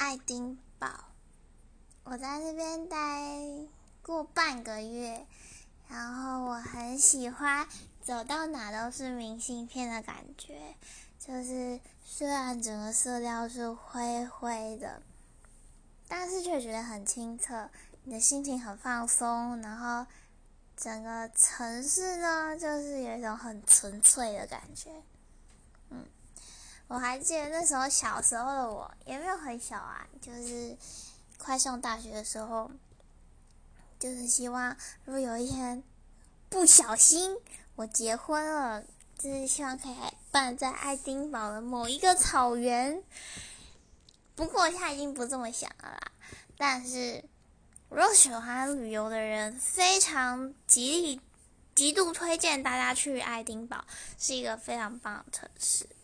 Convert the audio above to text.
爱丁堡，我在那边待过半个月，然后我很喜欢走到哪都是明信片的感觉，就是虽然整个色调是灰灰的，但是却觉得很清澈，你的心情很放松，然后整个城市呢，就是有一种很纯粹的感觉。我还记得那时候小时候的我，也没有很小啊，就是快上大学的时候，就是希望如果有一天不小心我结婚了，就是希望可以办在爱丁堡的某一个草原。不过我现在已经不这么想了啦，但是如果喜欢旅游的人，非常极度推荐大家去爱丁堡，是一个非常棒的城市。